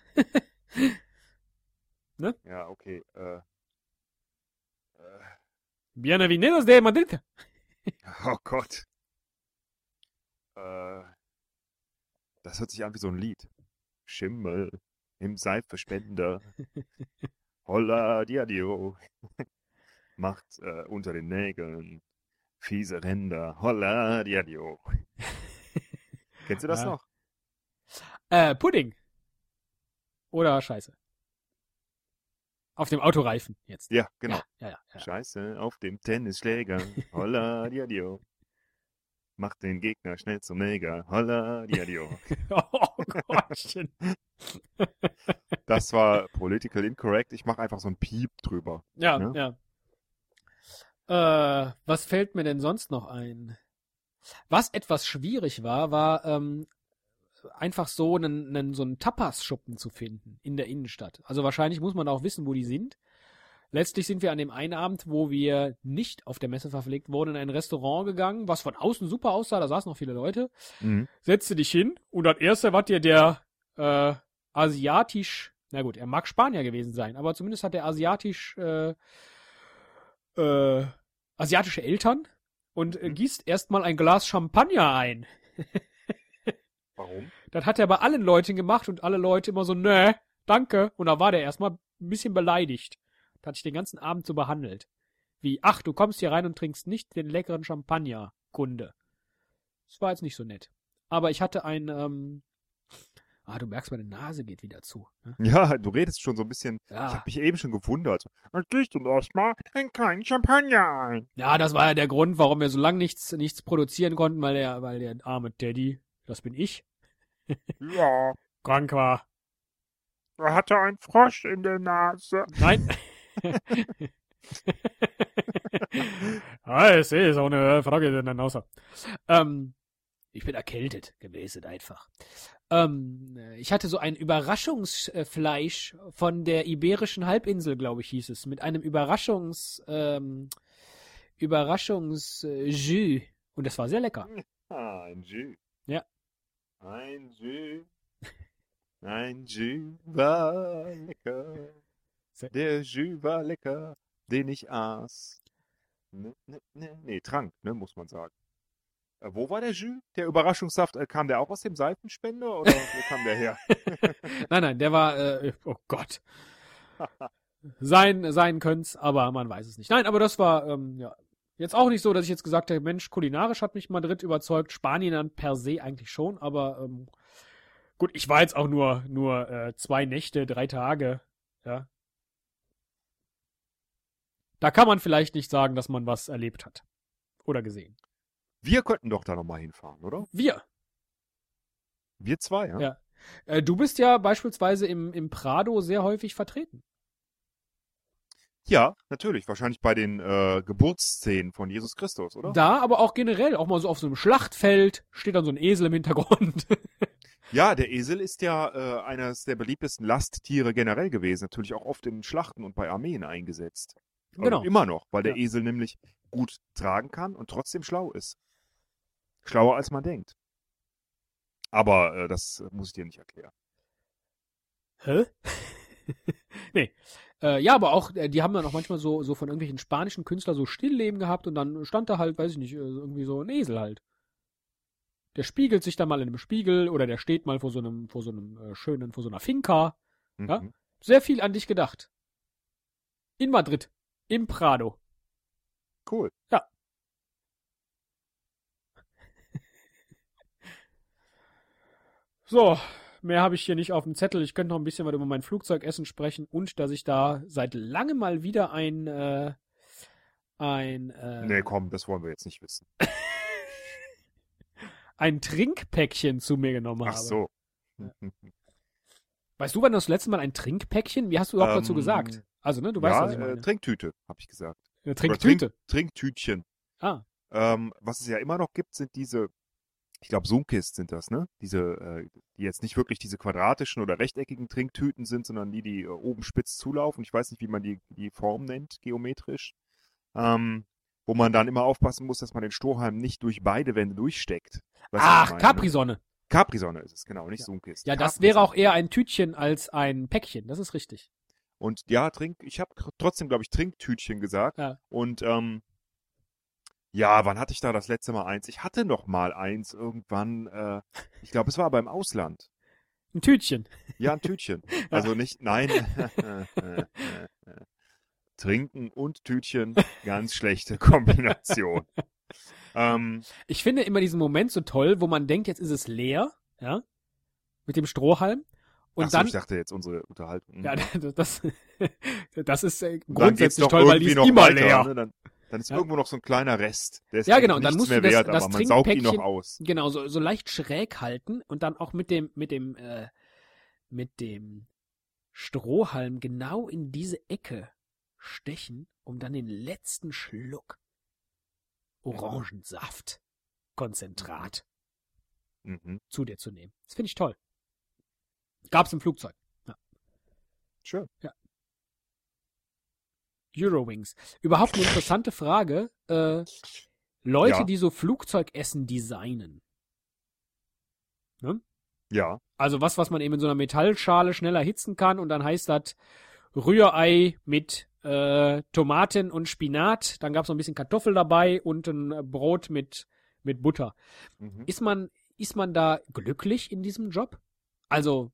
S1: Ja, okay. Äh, äh,
S2: Bienvenidos de Madrid.
S1: oh Gott. Äh, das hört sich an wie so ein Lied. Schimmel im Seifespender. Holla diadio. Macht äh, unter den Nägeln fiese Ränder. Holla diadio. Kennst du das
S2: Ja.
S1: noch?
S2: Äh, Pudding. Oder Scheiße. Auf dem Autoreifen jetzt.
S1: Ja, genau.
S2: Ja, ja, ja. ja.
S1: Scheiße auf dem Tennisschläger. Holla diadio. Macht den Gegner schnell zum Neger. Holla diadio.
S2: Oh Gottchen.
S1: Das war political incorrect. Ich mache einfach so ein Piep drüber.
S2: Ja,
S1: Ne?
S2: ja. Äh, was fällt mir denn sonst noch ein? Was etwas schwierig war, war ähm, einfach so einen, einen so einen Tapas-Schuppen zu finden in der Innenstadt. Also wahrscheinlich muss man auch wissen, wo die sind. Letztlich sind wir an dem einen Abend, wo wir nicht auf der Messe verpflegt wurden, in ein Restaurant gegangen, was von außen super aussah, da saßen noch viele Leute.
S1: Mhm.
S2: Setzte dich hin und das erste, was dir der äh, asiatisch, na gut, er mag Spanier gewesen sein, aber zumindest hat er asiatisch äh, äh, asiatische Eltern und äh,
S1: Mhm.
S2: gießt erstmal ein Glas Champagner ein.
S1: Warum?
S2: Das hat er bei allen Leuten gemacht und alle Leute immer so, ne, danke. Und da war der erstmal ein bisschen beleidigt. Da hat sich den ganzen Abend so behandelt. Wie, ach, du kommst hier rein und trinkst nicht den leckeren Champagner, Kunde. Das war jetzt nicht so nett. Aber ich hatte ein, ähm, ah, du merkst, meine Nase geht wieder zu. Ne?
S1: Ja, du redest schon so ein bisschen. Ich
S2: Ja.
S1: habe mich eben schon gewundert. Gehst du erstmal einen kleinen Champagner ein?
S2: Ja, das war ja der Grund, warum wir so lange nichts, nichts produzieren konnten, weil der, weil der arme Teddy, das bin ich,
S3: Ja,
S2: krank war.
S3: er hatte einen Frosch in der Nase.
S2: Nein. ah, ich sehe, so eine Frage dann außer. Ähm, ich bin erkältet gewesen einfach. Ähm, ich hatte so ein Überraschungsfleisch von der Iberischen Halbinsel, glaube ich, hieß es, mit einem Überraschungs, ähm, Überraschungsjus. Und das war sehr lecker.
S1: Ah, ein Jus.
S2: Ja.
S1: Ein Jus. Ein Jus war lecker.
S2: Sehr-
S1: Der Jus war lecker, den ich aß. Ne, ne, ne, nee, trank, ne, muss man sagen. Äh, wo war der Jus? Der Überraschungssaft, äh, kam der auch aus dem Seifenspender oder wo kam der her?
S2: Nein, nein, der war, äh, oh Gott. Sein, sein können's, aber man weiß es nicht. Nein, aber das war, ähm, ja, jetzt auch nicht so, dass ich jetzt gesagt habe, Mensch, kulinarisch hat mich Madrid überzeugt, Spanien dann per se eigentlich schon, aber, ähm, gut, ich war jetzt auch nur, nur, äh, zwei Nächte, drei Tage, ja. Da kann man vielleicht nicht sagen, dass man was erlebt hat. Oder gesehen.
S1: Wir könnten doch da nochmal hinfahren, oder?
S2: Wir.
S1: Wir zwei, ja?
S2: Ja. Äh, du bist ja beispielsweise im, im Prado sehr häufig vertreten.
S1: Ja, natürlich. Wahrscheinlich bei den äh, Geburtsszenen von Jesus Christus, oder?
S2: Da, aber auch generell, auch mal so auf so einem Schlachtfeld, steht dann so ein Esel im Hintergrund.
S1: Ja, der Esel ist ja äh, eines der beliebtesten Lasttiere generell gewesen. Natürlich auch oft in Schlachten und bei Armeen eingesetzt.
S2: Genau.
S1: Also immer noch, weil der
S2: Ja.
S1: Esel nämlich gut tragen kann und trotzdem schlau ist. Schlauer als man denkt. Aber äh, das muss ich dir nicht erklären.
S2: Hä? Nee. Äh, ja, aber auch, äh, die haben dann auch manchmal so, so von irgendwelchen spanischen Künstlern so Stillleben gehabt und dann stand da halt, weiß ich nicht, äh, irgendwie so ein Esel halt. Der spiegelt sich dann mal in einem Spiegel oder der steht mal vor so einem, vor so einem äh, schönen, vor so einer Finca.
S1: Mhm.
S2: Ja? Sehr viel an dich gedacht. In Madrid. Im Prado.
S1: Cool.
S2: Ja. So, mehr habe ich hier nicht auf dem Zettel. Ich könnte noch ein bisschen was über mein Flugzeugessen sprechen und dass ich da seit langem mal wieder ein äh, ein äh,
S1: Nee, komm, das wollen wir jetzt nicht wissen.
S2: ein Trinkpäckchen zu mir genommen
S1: Ach
S2: habe.
S1: so.
S2: Ja. Weißt du, wann das letzte Mal ein Trinkpäckchen? Wie hast du überhaupt
S1: Ähm,
S2: dazu gesagt? Also, ne, du weißt,
S1: ja,
S2: was ich meine.
S1: äh, Trinktüte, habe ich gesagt.
S2: Eine
S1: Oder
S2: Trinktüte.
S1: Trink, Trinktütchen.
S2: Ah.
S1: Ähm, was es ja immer noch gibt, sind diese, ich glaube, Sunkist sind das, ne? Diese, äh, die jetzt nicht wirklich diese quadratischen oder rechteckigen Trinktüten sind, sondern die, die äh, oben spitz zulaufen. Ich weiß nicht, wie man die, die Form nennt, geometrisch. Ähm, wo man dann immer aufpassen muss, dass man den Strohhalm nicht durch beide Wände durchsteckt. Weißt du, was
S2: Ach,
S1: ich meine, ne?
S2: Capri-Sonne.
S1: Capri-Sonne ist es, genau, nicht
S2: Ja.
S1: Sunkist.
S2: Ja, das
S1: Capri-Sonne.
S2: wäre auch eher ein Tütchen als ein Päckchen. Das ist richtig.
S1: Und ja, Trink, ich habe trotzdem, glaube ich, Trinktütchen gesagt.
S2: Ja.
S1: Und ähm, ja, wann hatte ich da das letzte Mal eins? Ich hatte noch mal eins irgendwann, äh, ich glaube, es war beim Ausland.
S2: Ein Tütchen.
S1: Ja, ein Tütchen. Also nicht, nein. Trinken und Tütchen, ganz schlechte Kombination. ähm,
S2: Ich finde immer diesen Moment so toll, wo man denkt, jetzt ist es leer, ja, mit dem Strohhalm. Und
S1: ach so,
S2: dann,
S1: ich dachte jetzt unsere Unterhaltung.
S2: ja, das, das ist äh,
S1: Und dann geht's
S2: grundsätzlich
S1: doch
S2: toll, weil die
S1: irgendwie
S2: ist
S1: noch
S2: immer
S1: weiter,
S2: leer.
S1: Ne? Dann, dann ist
S2: Ja.
S1: irgendwo noch so ein kleiner Rest. Der ist
S2: Ja,
S1: eigentlich
S2: genau, und dann
S1: nichts
S2: musst du
S1: mehr
S2: das-
S1: wert,
S2: das
S1: aber man saugt ihn noch
S2: Trinkpäckchen-
S1: aus.
S2: Genau, so, so leicht schräg halten und dann auch mit dem, mit dem, äh, mit dem Strohhalm genau in diese Ecke stechen, um dann den letzten Schluck Orangensaft, Konzentrat
S1: Mhm.
S2: zu dir zu nehmen. Das finde ich toll. Gab's im Flugzeug.
S1: Schön.
S2: Eurowings. Überhaupt eine interessante Frage. Äh, Leute,
S1: Ja.
S2: die so Flugzeugessen designen. Ne?
S1: Ja.
S2: Also was, was man eben in so einer Metallschale schnell erhitzen kann und dann heißt das Rührei mit äh, Tomaten und Spinat. Dann gab es noch ein bisschen Kartoffel dabei und ein äh, Brot mit, mit Butter.
S1: Mhm.
S2: Ist man, ist man da glücklich in diesem Job? Also,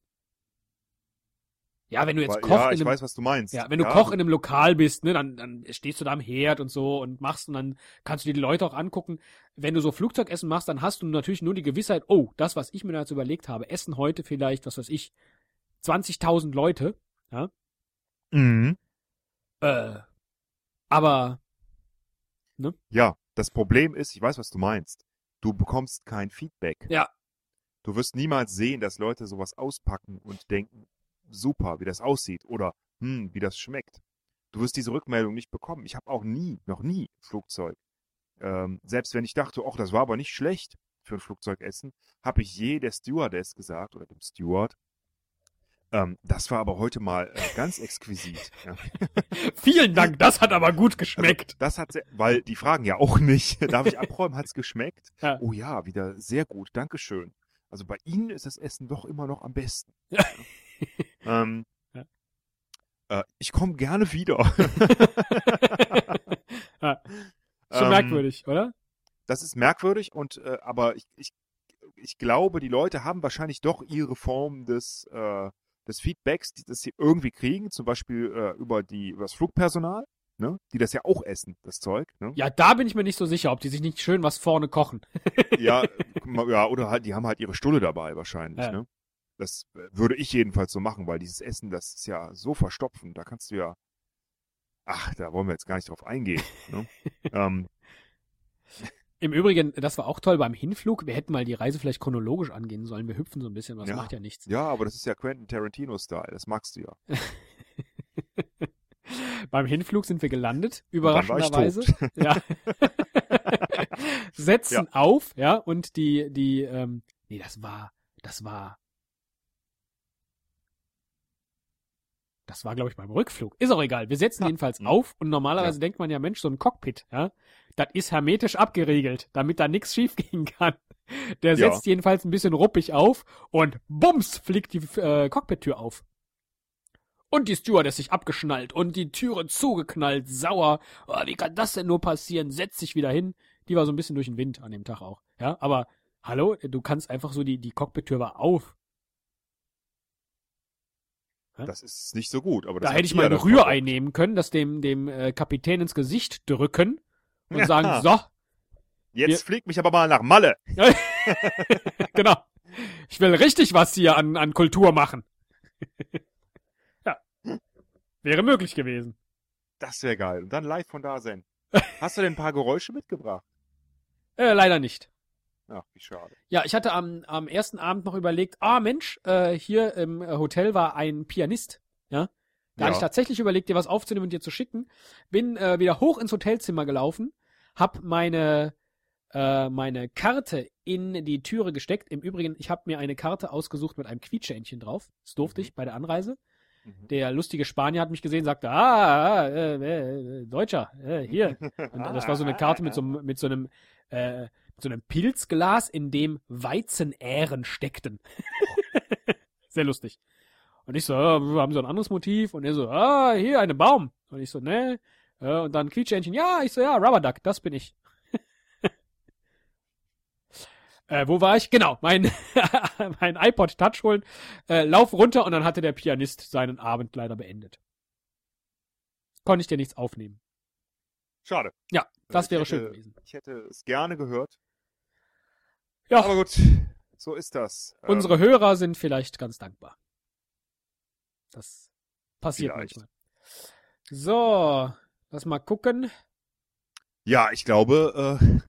S2: ja, wenn du jetzt
S1: Weil-
S2: Koch
S1: ja,
S2: in
S1: ich
S2: einem,
S1: weiß, was du meinst.
S2: ja, wenn du
S1: ja,
S2: Koch in einem Lokal bist, ne, dann, dann stehst du da am Herd und so und machst und dann kannst du dir die Leute auch angucken. Wenn du so Flugzeugessen machst, dann hast du natürlich nur die Gewissheit, oh, das, was ich mir da jetzt überlegt habe, essen heute vielleicht, was weiß ich, zwanzigtausend Leute, ja,
S1: Mhm.
S2: äh, aber,
S1: Ja, das Problem ist, ich weiß, was du meinst. Du bekommst kein Feedback.
S2: Ja.
S1: Du wirst niemals sehen, dass Leute sowas auspacken und denken, super, wie das aussieht oder hm, wie das schmeckt. Du wirst diese Rückmeldung nicht bekommen. Ich habe auch nie, noch nie Flugzeug. Ähm, selbst wenn ich dachte, ach, das war aber nicht schlecht für ein Flugzeugessen, habe ich je der Stewardess gesagt oder dem Steward, ähm, das war aber heute mal äh, ganz exquisit. Ja.
S2: vielen Dank, das hat aber gut
S1: Also,
S2: geschmeckt.
S1: das hat sehr, weil die fragen ja auch nicht, darf ich abräumen, hat's geschmeckt?
S2: Ja.
S1: Oh ja, wieder sehr gut, Dankeschön. Also bei Ihnen ist das Essen doch immer noch am besten.
S2: Ja.
S1: ähm,
S2: Ja.
S1: äh, ich komme gerne wieder.
S2: Ja. Schon
S1: Ähm,
S2: merkwürdig, oder?
S1: Das ist merkwürdig und äh, aber ich, ich, ich glaube, die Leute haben wahrscheinlich doch ihre Form des, äh, des Feedbacks, die, das sie irgendwie kriegen, zum Beispiel äh, über die über das Flugpersonal, ne? Die das ja auch essen, das Zeug. Ne?
S2: Ja, da bin ich mir nicht so sicher, ob die sich nicht schön was vorne kochen.
S1: Ja, ja, oder halt, die haben halt ihre Stulle dabei wahrscheinlich,
S2: Ja.
S1: ne? Das äh, würde ich jedenfalls so machen, weil dieses Essen, das ist ja so verstopfen, da kannst du ja, ach, da wollen wir jetzt gar nicht drauf eingehen, ne? ähm,
S2: Im Übrigen, das war auch toll beim Hinflug. Wir hätten mal die Reise vielleicht chronologisch angehen sollen. Wir hüpfen so ein bisschen, was
S1: Ja.
S2: macht ja nichts.
S1: ja, aber das ist ja Quentin Tarantino-Style, das magst du ja.
S2: Beim Hinflug sind wir gelandet,
S1: dann war ich
S2: überraschenderweise. Ja. Setzen auf, ja, und die, die, ähm, nee, das war, das war, Das war, glaube ich, beim Rückflug. Ist auch egal. Wir setzen
S1: Ja.
S2: jedenfalls
S1: Mhm.
S2: auf und normalerweise
S1: Ja.
S2: denkt man ja, Mensch, so ein Cockpit, ja, das ist hermetisch abgeriegelt, damit da nichts schief gehen kann. Der
S1: Ja.
S2: setzt jedenfalls ein bisschen ruppig auf und bums fliegt die äh, Cockpit-Tür auf. Und die Stewardess sich abgeschnallt und die Türe zugeknallt, sauer. Oh, wie kann das denn nur passieren? Setzt sich wieder hin. Die war so ein bisschen durch den Wind an dem Tag auch. Ja, aber hallo, du kannst einfach so, die, die Cockpit-Tür war auf.
S1: Das ist nicht so gut. Aber das
S2: Da
S1: habt
S2: hätte ich
S1: ihr
S2: mal
S1: ja
S2: ein
S1: dann
S2: Rührei
S1: versucht.
S2: nehmen können, das dem, dem äh, Kapitän ins Gesicht drücken und
S1: Ja.
S2: sagen, so,
S1: Jetzt
S2: Wir-
S1: fliegt mich aber mal nach Malle.
S2: genau. Ich will richtig was hier an, an Kultur machen. Ja. Wäre möglich gewesen.
S1: Das wäre geil. Und dann live von da senden. Hast du denn ein paar Geräusche mitgebracht?
S2: Äh, leider nicht.
S1: Ach, wie schade.
S2: Ja, ich hatte am, am ersten Abend noch überlegt, ah Mensch, äh, hier im Hotel war ein Pianist. Ja. Da
S1: Ja.
S2: hatte ich tatsächlich überlegt, dir was aufzunehmen und dir zu schicken. Bin äh, wieder hoch ins Hotelzimmer gelaufen, hab meine äh, meine Karte in die Türe gesteckt. Im Übrigen, ich habe mir eine Karte ausgesucht mit einem Quietscheentchen drauf. Das durfte
S1: Mhm.
S2: ich bei der Anreise.
S1: Mhm.
S2: Der lustige Spanier hat mich gesehen, sagte, ah, äh, äh, Deutscher, äh, hier. Und das war so eine Karte mit so, einem- mit so einem äh, mit so einem Pilzglas, in dem Weizenähren steckten. Sehr lustig. Und ich so, ah, wir haben so ein anderes Motiv. Und er so, ah, hier, eine Baum. Und ich so, ne. Äh, und dann Quietscheentchen, ja, ich so, ja, Rubber Duck, das bin ich. Äh, wo war ich? Genau, mein, mein iPod Touch holen, äh, lauf runter und dann hatte der Pianist seinen Abend leider beendet. Konnte ich dir nichts aufnehmen.
S1: Schade.
S2: Ja, das
S1: Ich
S2: wäre
S1: hätte-
S2: schön gewesen.
S1: Ich hätte es gerne gehört.
S2: Ja,
S1: Aber gut, so ist das.
S2: unsere
S1: Ähm,
S2: Hörer sind vielleicht ganz dankbar. Das passiert
S1: Vielleicht.
S2: manchmal. So, lass mal gucken.
S1: Ja, ich glaube, äh,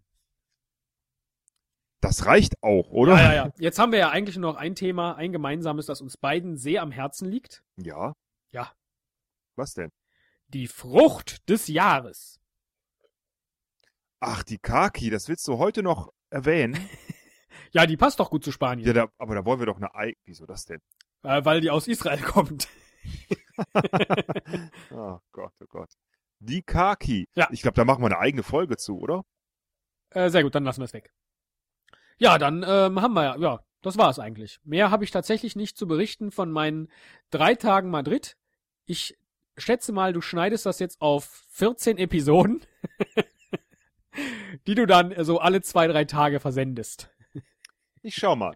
S1: das reicht auch, oder?
S2: Ja, ja, ja. Jetzt haben wir ja eigentlich nur noch ein Thema, ein gemeinsames, das uns beiden sehr am Herzen liegt.
S1: Ja.
S2: Ja.
S1: Was denn?
S2: Die Frucht des Jahres.
S1: Ach, die Kaki, das willst du heute noch erwähnen?
S2: Ja, die passt doch gut zu Spanien,
S1: Ja, da, aber da wollen wir doch eine Ei. Wieso das denn?
S2: äh, weil die aus Israel kommt.
S1: Oh Gott, oh Gott. Die Kaki.
S2: Ja.
S1: Ich glaube, da machen wir eine eigene Folge zu, oder?
S2: Äh, sehr gut, dann lassen wir es weg. Ja, dann ähm, haben wir ja, ja, das war es eigentlich. Mehr habe ich tatsächlich nicht zu berichten von meinen drei Tagen Madrid. Ich schätze mal, du schneidest das jetzt auf vierzehn Episoden, die du dann so alle zwei, drei Tage versendest.
S1: Ich schau mal.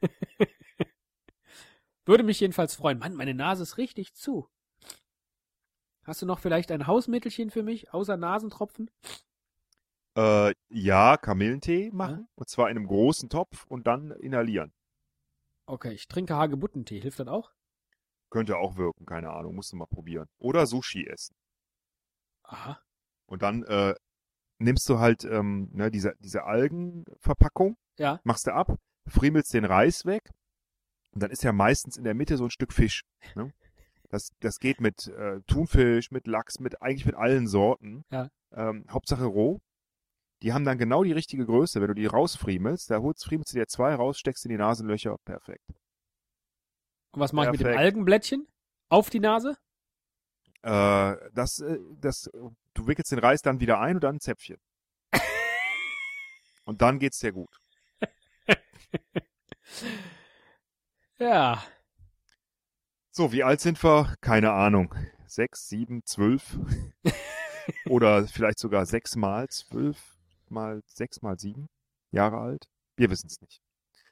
S2: Würde mich jedenfalls freuen. Mann, meine Nase ist richtig zu. Hast du noch vielleicht ein Hausmittelchen für mich, außer Nasentropfen?
S1: Äh, ja, Kamillentee machen. Und zwar in einem großen Topf und dann inhalieren.
S2: Okay, ich trinke Hagebuttentee. Hilft das auch?
S1: Könnte auch wirken, keine Ahnung. Musst du mal probieren. Oder Sushi essen.
S2: Aha.
S1: Und dann äh, nimmst du halt ähm, ne, diese, diese Algenverpackung,
S2: Ja.
S1: machst du ab, friemelst den Reis weg. Und dann ist ja meistens in der Mitte so ein Stück Fisch. Ne? Das, das geht mit äh, Thunfisch, mit Lachs, mit eigentlich mit allen Sorten.
S2: Ja.
S1: Ähm, Hauptsache roh. Die haben dann genau die richtige Größe. Wenn du die rausfriemelst, da holst, friemelst du dir zwei raus, steckst in die Nasenlöcher. Perfekt.
S2: Und was mache ich mit dem
S1: Perfekt.
S2: Algenblättchen? Auf die Nase?
S1: Äh, das, äh, das, du wickelst den Reis dann wieder ein und dann ein Zäpfchen. Und dann geht's dir gut.
S2: Ja.
S1: So, wie alt sind wir? Keine Ahnung. Sechs, sieben, zwölf. Oder vielleicht sogar sechs mal zwölf mal sechs mal sieben Jahre alt. Wir wissen es nicht.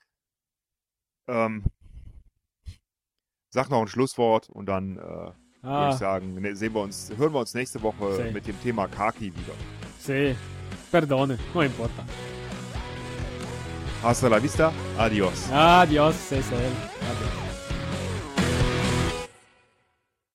S1: Ähm, sag noch ein Schlusswort und dann äh, würde
S2: Ah,
S1: ich sagen, ne, sehen wir uns, hören wir uns nächste Woche
S2: Sei.
S1: mit dem Thema Kaki wieder.
S2: sí. Perdone, no importa.
S1: Hasta la vista. Adios.
S2: Adiós, Cecil. Adiós.